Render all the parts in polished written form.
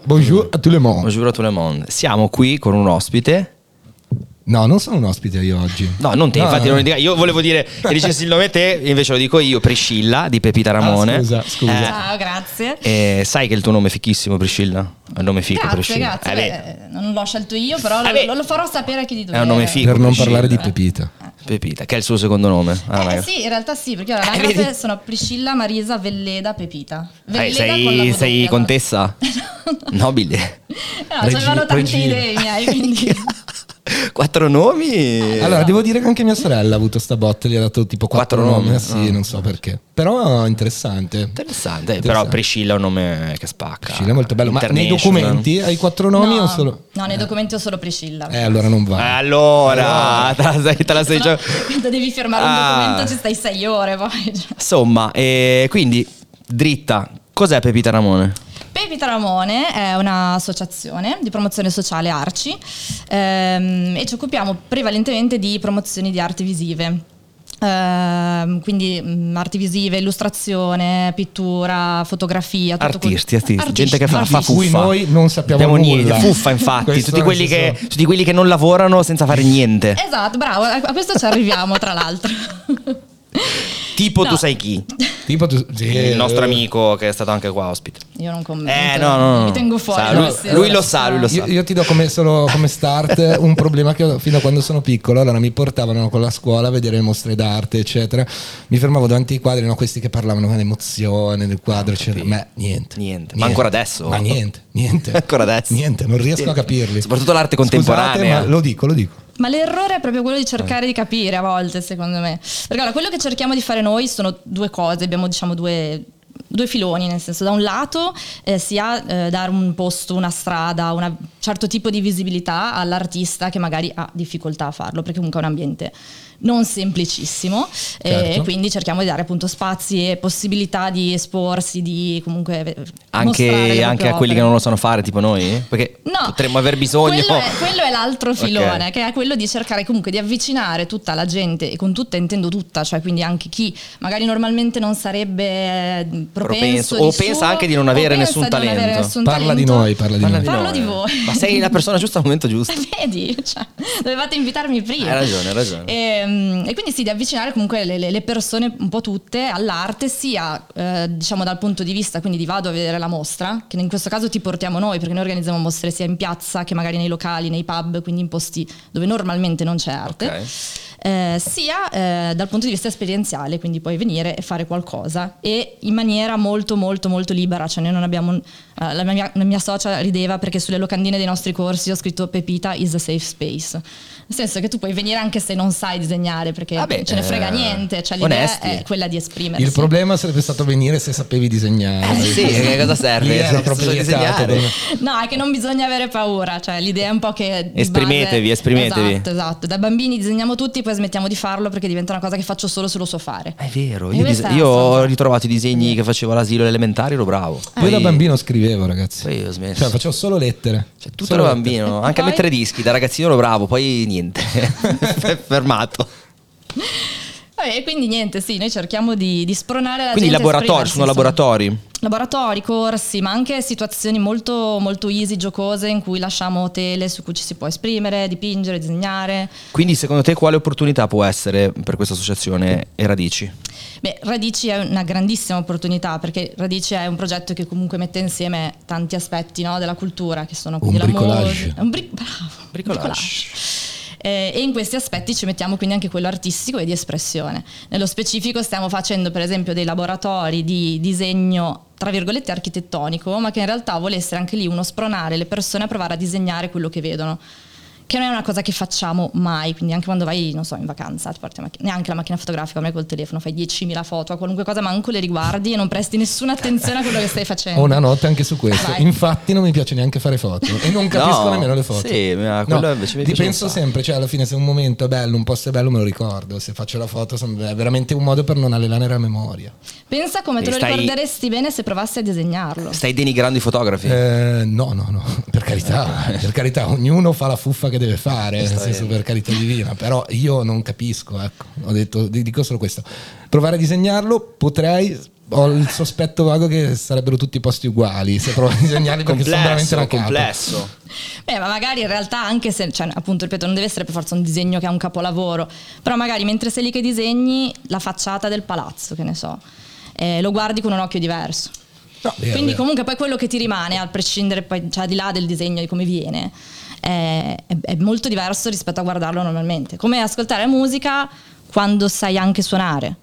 Bonjour a tout le monde. Bonjour a tout le monde. Siamo qui con un ospite. No, non sono un ospite io oggi. No, non te, No, infatti no. non dica. Io volevo dire che dicessi il nome te, invece lo dico io, Priscilla di Pepita Ramone. Scusa. Ciao, grazie. Sai che il tuo nome è fichissimo, Priscilla? È un nome figo, Grazie, Priscilla. grazie. Beh, Non l'ho scelto io, però beh. lo farò sapere a chi di dovere. È un nome figo. Per non Priscilla. parlare di Pepita. Pepita, che è il suo secondo nome. Sì, in realtà sì, perché ora vedi? l'anagrafe sono Priscilla Marisa Velleda Pepita. Velleda Sei, con la W, sei no? contessa? Nobile. No, c'avevano tante regina. idee i miei, quindi... 4 nomi. Allora, devo dire che anche mia sorella ha avuto sta botta, gli ha dato tipo 4 Quattro nomi. nomi. Sì, non so perché. Però interessante. Interessante, però Priscilla è un nome che spacca. Priscilla è molto bello. Ma nei International. documenti hai 4 nomi no, o solo? No, nei documenti ho solo Priscilla. Allora non va. Allora, te la sei già. Quando devi firmare un documento ci stai 6 ore poi. Insomma, quindi dritta, cos'è Pepita Ramone? Pepita Ramone è un'associazione di promozione sociale ARCI e ci occupiamo prevalentemente di promozioni di arti visive. Quindi arti visive, illustrazione, pittura, fotografia, tutto Artisti, gente che fa Di fuffa. cui noi non sappiamo Abbiamo nulla. niente, fuffa infatti, Questo tutti quelli, nel tutti quelli che non lavorano senza fare niente. Esatto, bravo, a questo ci arriviamo tra l'altro. Tipo No. tu sai chi? Tipo tu, sì, Il nostro amico che è stato anche qua ospite. Io non commento, No. mi tengo fuori. Sa, da lui, questi- lui lo sa, lui lo sa. Io ti do solo come start un problema che ho fino a quando sono piccolo. Allora mi portavano con la scuola a vedere le mostre d'arte, eccetera. Mi fermavo davanti ai quadri, no, questi che parlavano con emozione del quadro, eccetera. Ma niente. Ma ancora adesso? Ma niente. Ancora adesso? Niente, non riesco a capirli. Soprattutto l'arte Scusate, contemporanea. ma lo dico. Ma l'errore è proprio quello di cercare di capire a volte, secondo me. Perché allora, quello che cerchiamo di fare noi sono due cose, abbiamo diciamo due filoni, nel senso da un lato sia dare un posto, una strada, un certo tipo di visibilità all'artista che magari ha difficoltà a farlo, perché comunque è un ambiente non semplicissimo, Certo. e quindi cerchiamo di dare appunto spazi e possibilità di esporsi, di comunque mostrare Anche, le anche proprie a quelli opere. che non lo sanno fare, tipo noi? Perché No, potremmo aver bisogno. quello è l'altro filone, Ok. che è quello di cercare comunque di avvicinare tutta la gente, e con tutta intendo tutta, cioè quindi anche chi magari normalmente non sarebbe propenso o di pensa suo, anche di non o avere pensa nessun di non avere talento. nessun Parla di talento. noi, parla di noi. Parlo di voi. Ma sei la persona giusta al momento giusto. Vedi, cioè, dovevate invitarmi prima. Hai ragione. E quindi sì, di avvicinare comunque le persone un po' tutte all'arte, sia diciamo dal punto di vista, quindi di vado a vedere la mostra, che in questo caso ti portiamo noi, perché noi organizziamo mostre sia in piazza che magari nei locali, nei pub, quindi in posti dove normalmente non c'è arte. Ok. Sia dal punto di vista esperienziale, quindi puoi venire e fare qualcosa e in maniera molto molto molto libera, cioè noi non abbiamo la mia socia rideva perché sulle locandine dei nostri corsi ho scritto Pepita is a safe space, nel senso che tu puoi venire anche se non sai disegnare, perché Vabbè, ce ne frega niente, cioè l'idea onesti. è quella di esprimersi. Il problema sarebbe stato venire se sapevi disegnare. Sì, che cosa serve? Lì era Se proprio so vietato disegnare. per me. No, è che non bisogna avere paura, cioè l'idea è un po' che di Esprimetevi. Esatto, da bambini disegniamo tutti, poi smettiamo di farlo perché diventa una cosa che faccio solo se lo so fare. È vero, E io, questa è io ho assurdo. ritrovato i disegni che facevo all'asilo elementari, ero bravo. Poi da bambino scrivevo, ragazzi. Poi ho smesso. Cioè facevo solo lettere. Cioè, tutto Solo da lettere. bambino, anche a Poi? mettere dischi, da ragazzino ero bravo, poi niente, fermato. Vabbè, quindi niente, sì, noi cerchiamo di spronare la Quindi gente a laboratori, esprimersi, sono insomma. laboratori. Laboratori, corsi, ma anche situazioni molto, molto easy, giocose, in cui lasciamo tele su cui ci si può esprimere, dipingere, disegnare. Quindi secondo te quale opportunità può essere per questa associazione e Radici? Beh, Radici è una grandissima opportunità, perché Radici è un progetto che comunque mette insieme tanti aspetti, no, della cultura, che sono quindi Un la bricolage. musica. Bravo, Bricolage. E in questi aspetti ci mettiamo quindi anche quello artistico e di espressione. Nello specifico stiamo facendo per esempio dei laboratori di disegno tra virgolette architettonico, ma che in realtà vuole essere anche lì uno spronare le persone a provare a disegnare quello che vedono, che non è una cosa che facciamo mai, quindi anche quando vai, non so, in vacanza, ti porti neanche la macchina fotografica, ma col telefono fai 10.000 foto a qualunque cosa, manco le riguardi e non presti nessuna attenzione a quello che stai facendo. Ho una nota anche su questo. Vai. Infatti non mi piace neanche fare foto e non capisco No, nemmeno le foto. sì, ma quello invece mi ti piace penso un sacco. sempre, cioè alla fine se un momento è bello, un posto è bello me lo ricordo, se faccio la foto è veramente un modo per non allenare la memoria. Pensa come te lo Stai- ricorderesti bene se provassi a disegnarlo. Stai denigrando i fotografi? No, per carità, ognuno fa la fuffa che deve fare, nel senso per carità divina, però io non capisco, ecco, ho detto, dico solo questo. Provare a disegnarlo potrei, ho il sospetto vago che sarebbero tutti posti uguali se provo a disegnarli, perché sono veramente una capa. complesso. Ma magari in realtà anche se, cioè, appunto, ripeto, non deve essere per forza un disegno che è un capolavoro, però magari mentre sei lì che disegni la facciata del palazzo, che ne so, lo guardi con un occhio diverso. No, vero, Quindi vero. comunque poi quello che ti rimane, a prescindere poi, cioè, di là del disegno, di come viene, è molto diverso rispetto a guardarlo normalmente. Come ascoltare musica quando sai anche suonare.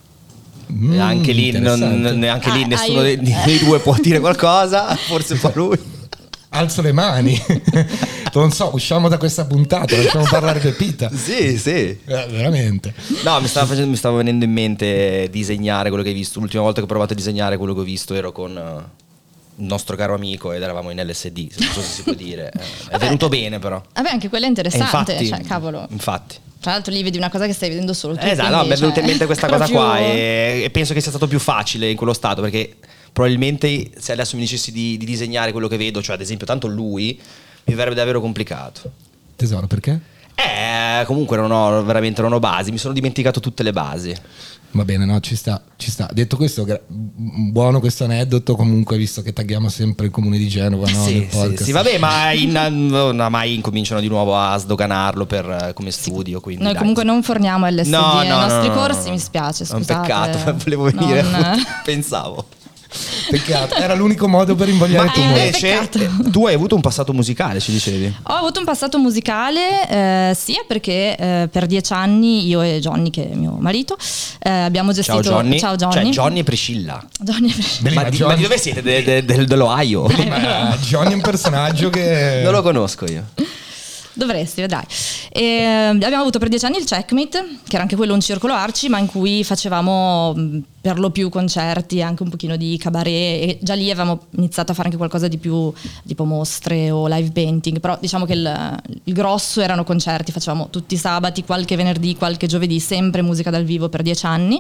Anche lì, neanche lì nessuno dei due può dire qualcosa, forse fa lui. Alzo le mani. Non so, usciamo da questa puntata, lasciamo parlare Pepita. Sì. Veramente. No, mi stava venendo in mente disegnare quello che hai visto. L'ultima volta che ho provato a disegnare quello che ho visto ero con il nostro caro amico ed eravamo in LSD, non so se si può dire. È venuto bene però. Vabbè, anche quello è interessante, infatti, cioè, cavolo. Infatti. Tra l'altro lì vedi una cosa che stai vedendo solo tu. Esatto, quindi, no, mi è venuta in cioè, mente questa cosa proprio- qua e penso che sia stato più facile in quello stato, perché probabilmente se adesso mi dicessi di disegnare quello che vedo, cioè ad esempio tanto lui, mi verrebbe davvero complicato. Tesoro, perché? Comunque non ho basi, mi sono dimenticato tutte le basi. Va bene, no, ci sta. Detto questo, buono questo aneddoto, comunque, visto che tagghiamo sempre il comune di Genova, no, nel podcast. Sì, vabbè, ma mai incominciano di nuovo a sdoganarlo come studio, quindi Noi dai. comunque non forniamo LSD No, ai no, nostri no, corsi, no. mi spiace, È un scusate. peccato, volevo venire, Non- pensavo. Peccato, era l'unico modo per invogliare Ma tu. invece peccato. tu hai avuto un passato musicale, ci dicevi? Ho avuto un passato musicale, sia perché per 10 anni io e Johnny, che è mio marito, abbiamo gestito... Ciao Johnny. Ciao Johnny. Cioè Johnny e Priscilla. Johnny. Bellissimo, Ma di Johnny- dove siete? Dell'Ohio? Ma Johnny è un personaggio che... Non lo conosco io. Dovresti, dai. Abbiamo avuto per 10 anni il Checkmate, che era anche quello un circolo arci, ma in cui facevamo per lo più concerti, anche un pochino di cabaret, e già lì avevamo iniziato a fare anche qualcosa di più tipo mostre o live painting, però diciamo che il grosso erano concerti, facevamo tutti i sabati, qualche venerdì, qualche giovedì, sempre musica dal vivo per 10 anni.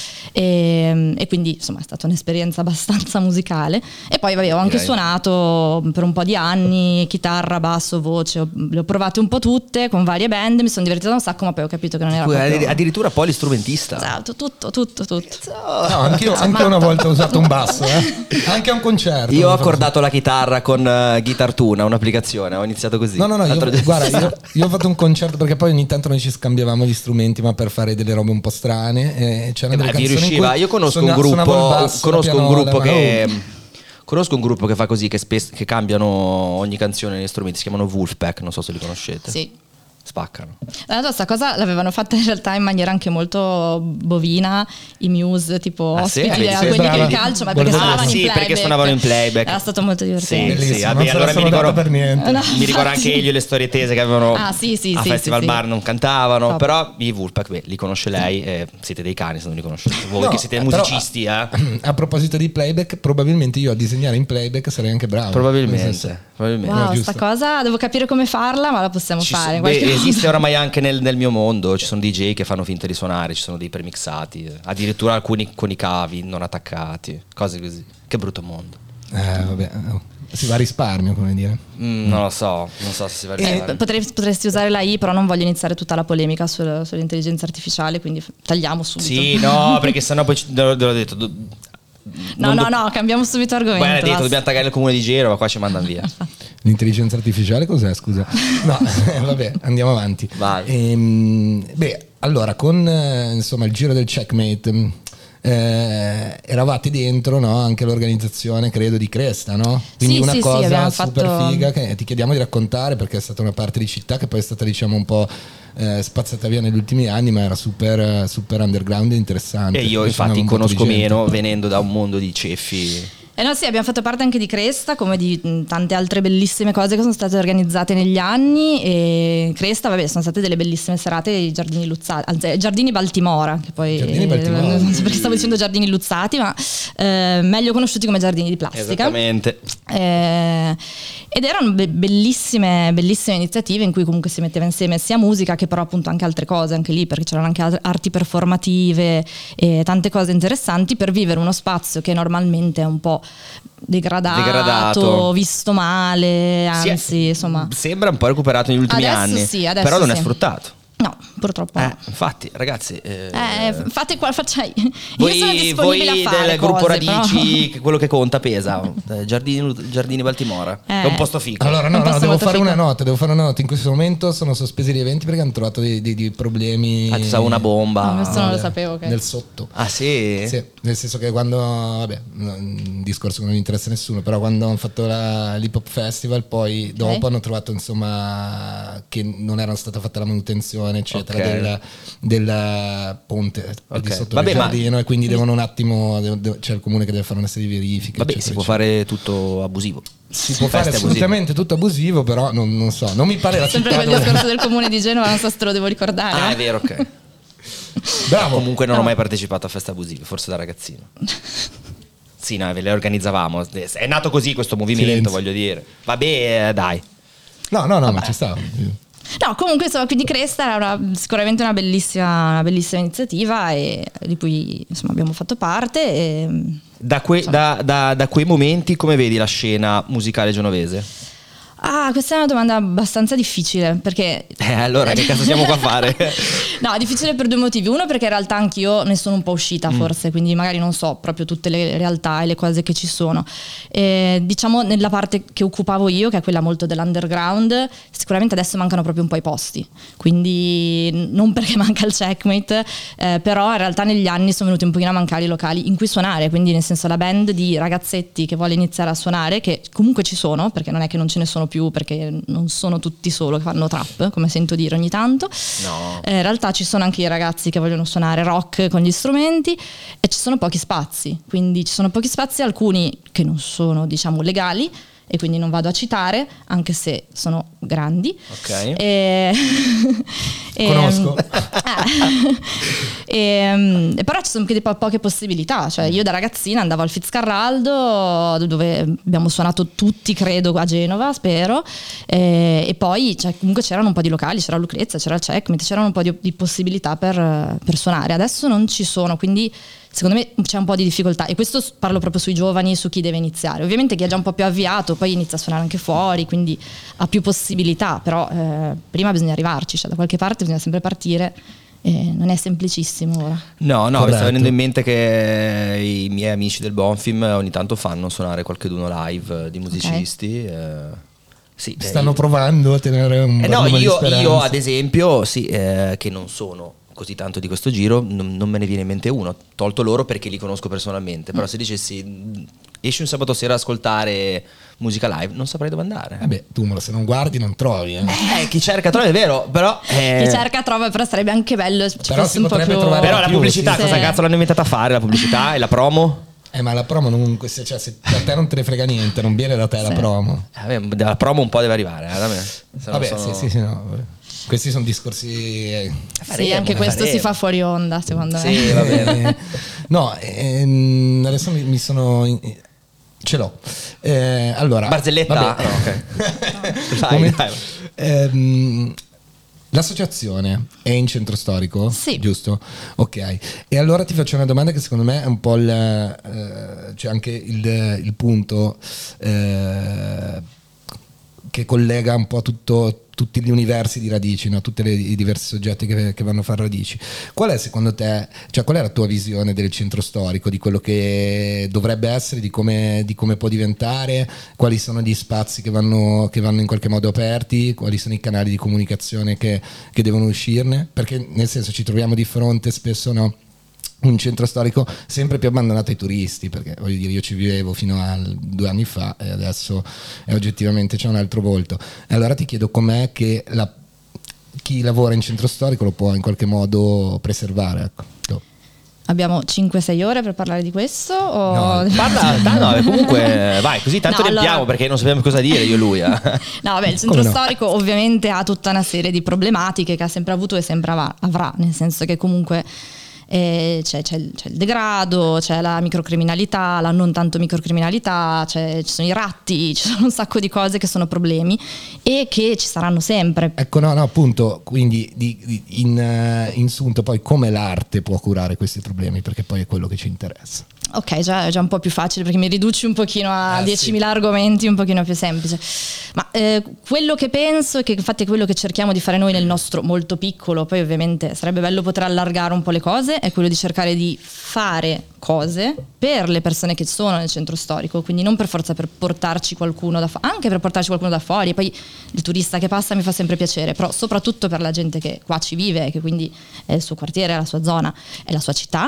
E quindi insomma è stata un'esperienza abbastanza musicale. E poi vabbè, ho anche Direi. suonato per un po' di anni chitarra, basso, voce, le ho provate un po' tutte con varie band, mi sono divertita un sacco, ma poi ho capito che non era proprio... Addirittura polistrumentista. Esatto, tutto. No, anche una volta ho usato un basso, anche a un concerto. Io ho accordato la chitarra con Guitar Tuna, un'applicazione, ho iniziato così. No, guarda, io ho fatto un concerto perché poi ogni tanto noi ci scambiavamo gli strumenti, ma per fare delle robe un po' strane. C'erano delle vi canzoni in riusciva? cui Io conosco suonavo il basso, la pianola, conosco un gruppo che fa così, che cambiano ogni canzone negli strumenti, si chiamano Wolfpack, non so se li conoscete. Sì. Spaccano. Questa cosa l'avevano fatta in realtà in maniera anche molto bovina, i Muse, tipo Ah, sì? ospiti a Sì, quelli brava. che calcio, ma perché Ah, suonavano sì, in playback. perché suonavano in playback. Era stato molto divertente. Bellissimo, Sì, non vabbè, se la allora mi sono data ricordo, per niente. No, mi ricordo anche infatti. io le storie tese che avevano Ah, sì, a Festival sì. Bar non cantavano, Top. però i Wolfpack, li conosce lei, siete dei cani se non li conoscete. Voi No, che siete però, musicisti, A proposito di playback, probabilmente io a disegnare in playback sarei anche bravo. Nel Probabilmente. senso- Wow, giusto. sta cosa devo capire come farla, ma la possiamo fare. in qualche modo. Esiste oramai anche nel mio mondo, ci sono DJ che fanno finta di suonare, ci sono dei premixati, addirittura alcuni con i cavi non attaccati, cose così. Che brutto mondo. Vabbè, si va a risparmio, come dire. Non lo so, non so se si va a riuscire. Potresti usare la I, però non voglio iniziare tutta la polemica sull'intelligenza artificiale, quindi tagliamo subito. Sì, no, perché sennò poi l'ho detto. No, cambiamo subito argomento. Poi hanno detto basta. dobbiamo taggare il comune di Genova, qua ci mandano via. L'intelligenza artificiale cos'è, scusa? No, vabbè, andiamo avanti. Vai. Allora, con insomma il giro del Checkmate, eravate dentro, no? Anche l'organizzazione, credo, di Cresta, no? Quindi Sì, una sì, sì, cosa abbiamo super fatto- figa che ti chiediamo di raccontare, perché è stata una parte di città che poi è stata, diciamo, un po' spazzata via negli ultimi anni, ma era super underground e interessante. E io Poi suonava infatti un botto di conosco gente. meno, venendo da un mondo di ceffi. No, sì, abbiamo fatto parte anche di Cresta, come di tante altre bellissime cose che sono state organizzate negli anni. E Cresta, vabbè, sono state delle bellissime serate ai Giardini Luzzati, anzi, Giardini Baltimora, che poi Giardini Baltimora. non so perché stavo dicendo Giardini Luzzati, ma meglio conosciuti come Giardini di Plastica. Esattamente. Ed erano bellissime iniziative in cui comunque si metteva insieme sia musica che però appunto anche altre cose, anche lì, perché c'erano anche arti performative e tante cose interessanti per vivere uno spazio che normalmente è un po' degradato. Visto male, anzi, insomma. Sembra un po' recuperato negli ultimi Adesso anni, sì, adesso però non è sì. sfruttato. No, purtroppo no. Infatti, ragazzi, fate qua, cioè, voi, io sono disponibile voi a fare del gruppo cose, Radici, che quello che conta pesa. Giardini Baltimora, è un posto figo. Allora, Un posto devo molto fare figo. una nota. In questo momento sono sospesi gli eventi perché hanno trovato dei problemi. Ci sa una bomba. No, questo non lo sapevo. Nel sotto. Ah, sì? Sì, nel senso che quando, vabbè, un discorso che non interessa a nessuno, però quando hanno fatto l'Hip Hop Festival, poi dopo hanno trovato insomma che non era stata fatta la manutenzione, eccetera, del ponte di sotto il giardino, e quindi devono un attimo, c'è il comune che deve fare una serie di verifiche. Vabbè, eccetera, si può fare tutto abusivo. Si può fare assolutamente tutto abusivo, però non so, non mi pare la Sempre città quel discorso del comune di Genova, non so se te lo devo ricordare. Ah, è vero, ok. Bravo. Comunque non ho mai partecipato a feste abusive, forse da ragazzino. Sì, no, ve le organizzavamo. È nato così questo movimento, Silenzio. voglio dire. Vabbè, dai. No, ma ci stava. No, comunque insomma, quindi Cresta era sicuramente una bellissima iniziativa e di cui insomma abbiamo fatto parte. E, Da quei momenti, come vedi la scena musicale genovese? Questa è una domanda abbastanza difficile perché... Allora, che cazzo siamo qua a fare? No, difficile per due motivi. Uno, perché in realtà anch'io ne sono un po' uscita forse, quindi magari non so proprio tutte le realtà e le cose che ci sono. Diciamo nella parte che occupavo io, che è quella molto dell'underground, sicuramente adesso mancano proprio un po' i posti, quindi non perché manca il Checkmate, però in realtà negli anni sono venuti un pochino a mancare i locali in cui suonare, quindi nel senso la band di ragazzetti che vuole iniziare a suonare, che comunque ci sono, perché non è che non ce ne sono più, perché non sono tutti solo che fanno trap, come sento dire ogni tanto. No. In realtà ci sono anche i ragazzi che vogliono suonare rock con gli strumenti e ci sono pochi spazi, quindi ci sono pochi spazi, alcuni che non sono diciamo legali e quindi non vado a citare, anche se sono grandi. Ok. Conosco. Però ci sono anche poche possibilità, cioè io da ragazzina andavo al Fitzcarraldo, dove abbiamo suonato tutti credo a Genova, spero, e poi cioè, comunque c'erano un po' di locali, c'era Lucrezia, c'era il Checkmate, c'erano un po' di possibilità per suonare. Adesso non ci sono, quindi secondo me c'è un po' di difficoltà, e questo parlo proprio sui giovani, su chi deve iniziare. Ovviamente chi è già un po' più avviato poi inizia a suonare anche fuori, quindi ha più possibilità, però prima bisogna arrivarci, cioè da qualche parte bisogna sempre partire, non è semplicissimo ora. No, mi Corretto. sta venendo in mente che i miei amici del Bonfim ogni tanto fanno suonare qualcheduno live di musicisti. Sì, Stanno provando a tenere un no, minimo di io speranza. ad esempio, sì, che non sono così tanto di questo giro, non me ne viene in mente uno, tolto loro perché li conosco personalmente, però se dicessi esci un sabato sera ad ascoltare musica live, non saprei dove andare. Vabbè, tu se non guardi non trovi. Chi cerca trova, è vero, però Chi cerca trova, però sarebbe anche bello ci Però fosse si un po' potrebbe più... trovare però la più, pubblicità sì. cosa cazzo l'hanno inventata a fare? La pubblicità e la promo? Ma la promo non, cioè, se a te non te ne frega niente, non viene da te la promo. La promo un po' deve arrivare, da me. Se no Vabbè, sono- sì, no. Vabbè. Questi sono discorsi. Sì, Faremo, anche questo si faremo. fa fuori onda, secondo me. Sì, va bene. No, adesso mi sono. Ce l'ho. Allora. Barzelletta? vabbè. No, ok. Dai, Come- dai. L'associazione è in centro storico? Sì. Giusto? Ok. E allora ti faccio una domanda che secondo me è un po' c'è anche il punto che collega un po' tutti gli universi di radici, no? Tutti i diversi soggetti che vanno a fare radici. Qual è secondo te, cioè qual è la tua visione del centro storico, di quello che dovrebbe essere, di come può diventare, quali sono gli spazi che vanno in qualche modo aperti, quali sono i canali di comunicazione che devono uscirne? Perché nel senso ci troviamo di fronte spesso, no? Un centro storico sempre più abbandonato ai turisti, perché voglio dire, io ci vivevo fino a 2 anni fa e adesso oggettivamente c'è un altro volto. E allora ti chiedo com'è che chi lavora in centro storico lo può in qualche modo preservare, ecco. Abbiamo 5-6 ore per parlare di questo? O... No. Parla, comunque vai, così tanto No, riempiamo allora- perché non sappiamo cosa dire io e lui. No, vabbè, il centro Come no? storico ovviamente ha tutta una serie di problematiche che ha sempre avuto e sempre avrà, nel senso che comunque c'è il degrado, c'è la microcriminalità, la non tanto microcriminalità, ci sono i ratti, ci sono un sacco di cose che sono problemi e che ci saranno sempre. Ecco, no, appunto, quindi in sunto poi come l'arte può curare questi problemi, perché poi è quello che ci interessa. Ok, già è un po' più facile perché mi riduci un pochino a 10.000 argomenti, un pochino più semplice. Ma quello che penso è che infatti è quello che cerchiamo di fare noi nel nostro molto piccolo, poi ovviamente sarebbe bello poter allargare un po' le cose, è quello di cercare di fare cose per le persone che sono nel centro storico, quindi non per forza per portarci qualcuno anche per portarci qualcuno da fuori, e poi il turista che passa mi fa sempre piacere, però soprattutto per la gente che qua ci vive, che quindi è il suo quartiere, è la sua zona, è la sua città,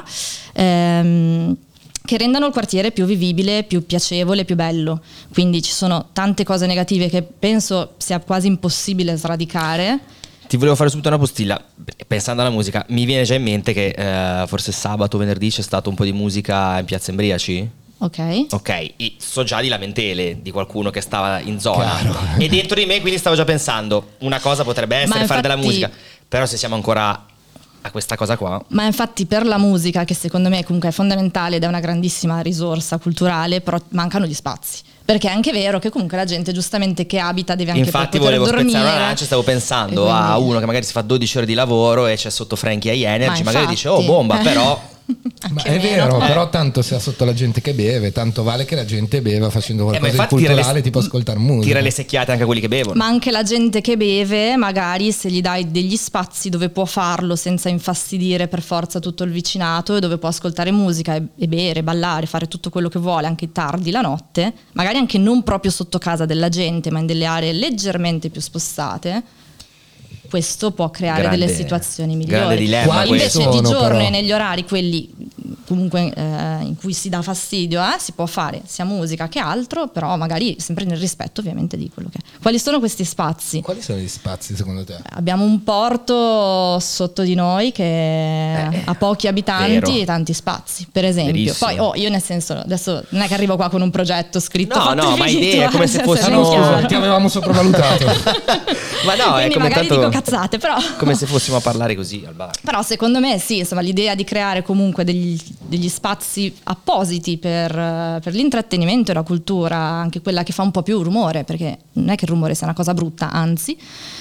che rendano il quartiere più vivibile, più piacevole, più bello. Quindi ci sono tante cose negative che penso sia quasi impossibile sradicare. Ti volevo fare subito una postilla, pensando alla musica, mi viene già in mente che forse sabato, venerdì c'è stato un po' di musica in Piazza Embriaci. Ok, e so già di lamentele di qualcuno che stava in zona. Chiaro. E dentro di me quindi stavo già pensando, una cosa potrebbe essere fare della musica, però se siamo ancora a questa cosa qua. Ma infatti per la musica, che secondo me comunque è fondamentale ed è una grandissima risorsa culturale, però mancano gli spazi. Perché è anche vero che comunque la gente giustamente che abita deve anche Infatti poter volevo dormire. spezzare una lancia, stavo pensando a uno che magari si fa 12 ore di lavoro e c'è sotto Frankie High Energy, magari dice oh bomba, però ma è vero, però tanto sia sotto la gente che beve, tanto vale che la gente beva facendo qualcosa di culturale, tipo ascoltare musica. Tira le secchiate anche a quelli che bevono. Ma anche la gente che beve, magari se gli dai degli spazi dove può farlo senza infastidire per forza tutto il vicinato, e dove può ascoltare musica e bere, ballare, fare tutto quello che vuole anche tardi la notte, magari anche non proprio sotto casa della gente, ma in delle aree leggermente più spostate, questo può creare delle situazioni migliori. Grande dilemma. Invece di giorno e negli orari quelli comunque in cui si dà fastidio, si può fare sia musica che altro, però magari sempre nel rispetto ovviamente di quello che è. Quali sono questi spazi? Quali sono gli spazi secondo te? Abbiamo un porto sotto di noi che ha pochi abitanti vero. e tanti spazi, per esempio. Verissimo. Poi io nel senso, adesso non è che arrivo qua con un progetto scritto, No, ma idee, come se fosse Ti avevamo sopravvalutato. Ma no, è quindi come magari tanto dico cazzate, però come se fossimo a parlare così al bar. però secondo me sì, insomma, l'idea di creare comunque degli spazi appositi per l'intrattenimento e la cultura, anche quella che fa un po' più rumore, perché non è che il rumore sia una cosa brutta, anzi,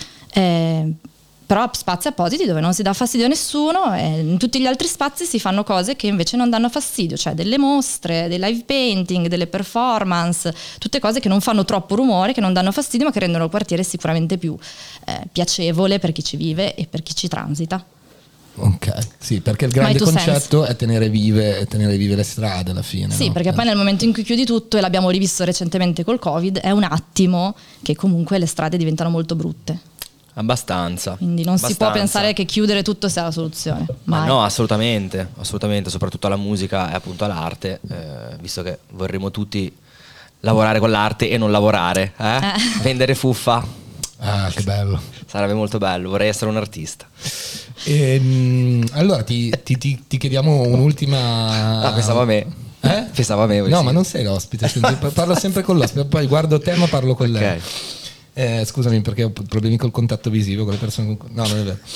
però spazi appositi dove non si dà fastidio a nessuno, e in tutti gli altri spazi si fanno cose che invece non danno fastidio, cioè delle mostre, dei live painting, delle performance, tutte cose che non fanno troppo rumore, che non danno fastidio, ma che rendono il quartiere sicuramente più piacevole per chi ci vive e per chi ci transita. Ok, sì, perché il grande concetto è tenere vive le strade alla fine. Sì, no? perché poi nel momento in cui chiudi tutto, e l'abbiamo rivisto recentemente col Covid, è un attimo che comunque le strade diventano molto brutte. Abbastanza. Quindi non si può pensare che chiudere tutto sia la soluzione. Ma no, assolutamente, soprattutto alla musica e appunto all'arte, visto che vorremmo tutti lavorare con l'arte e non lavorare, vendere fuffa. Ah, che bello. Sarebbe molto bello, vorrei essere un artista. Allora ti chiediamo un'ultima. Ah, pensavo a me. Pensavo a me. No, sì. ma non sei l'ospite, parlo sempre con l'ospite, poi guardo te ma parlo con lei. Scusami perché ho problemi col contatto visivo con le persone. No, non è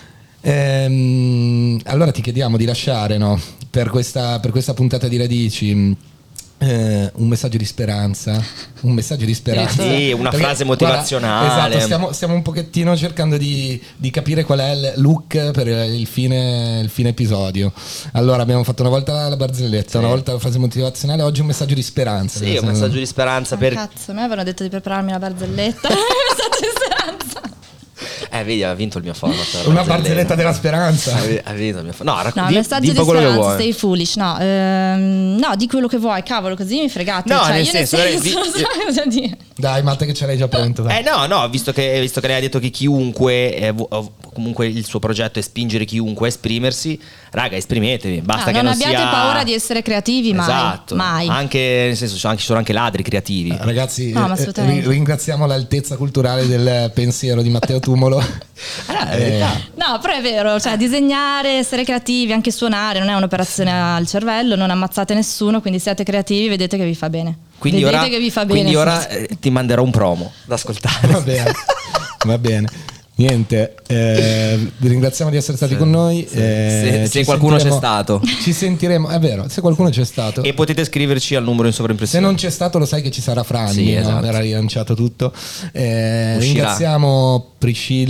vero. Allora ti chiediamo di lasciare, no, per questa puntata di Radici un messaggio di speranza. Sì, una frase motivazionale. Guarda, esatto, stiamo un pochettino cercando di capire qual è il look per il fine episodio. Allora abbiamo fatto una volta la barzelletta, una volta la frase motivazionale, oggi un messaggio di speranza. Sì, un messaggio di speranza Cazzo, a me avevano detto di prepararmi la barzelletta. Messaggio di speranza. Vedi, ha vinto il mio format. Una barzelletta della speranza. Ha vinto il mio format. No, messaggio di speranza, stay foolish. No, di quello che vuoi, cavolo, così mi fregate. No, cioè, nel io senso, non so cosa dire. Dai, Matte, che ce l'hai già pronto. No, visto che lei ha detto che chiunque comunque il suo progetto è spingere chiunque a esprimersi, raga, esprimetevi, basta che non abbiate paura di essere creativi, mai. Esatto. Mai. Anche nel senso ci sono anche ladri creativi. Ragazzi, No, ringraziamo l'altezza culturale del pensiero di Matteo Tumolo. No, però è vero, cioè disegnare, essere creativi, anche suonare non è un'operazione al cervello, non ammazzate nessuno, quindi siate creativi, vedete che vi fa bene. Quindi ora ti manderò un promo da ascoltare. Va bene. Niente, vi ringraziamo di essere stati con noi. Se qualcuno c'è stato, ci sentiremo. È vero, se qualcuno c'è stato. E potete scriverci al numero in sovraimpressione. Se non c'è stato, lo sai che ci sarà Franni. Sì, no? esatto. Verrà rilanciato tutto. Ringraziamo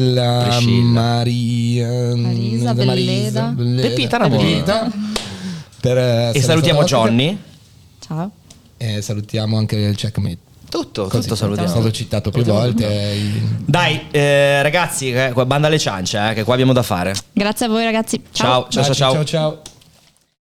Priscilla. Marisa, Belleda. Pepita. E salutiamo Johnny. Ciao. E salutiamo anche il Checkmate. Tutto È salutiamo. stato citato più volte. Dai, ragazzi, banda alle ciance, che qua abbiamo da fare. Grazie a voi ragazzi. Ciao. Ciao.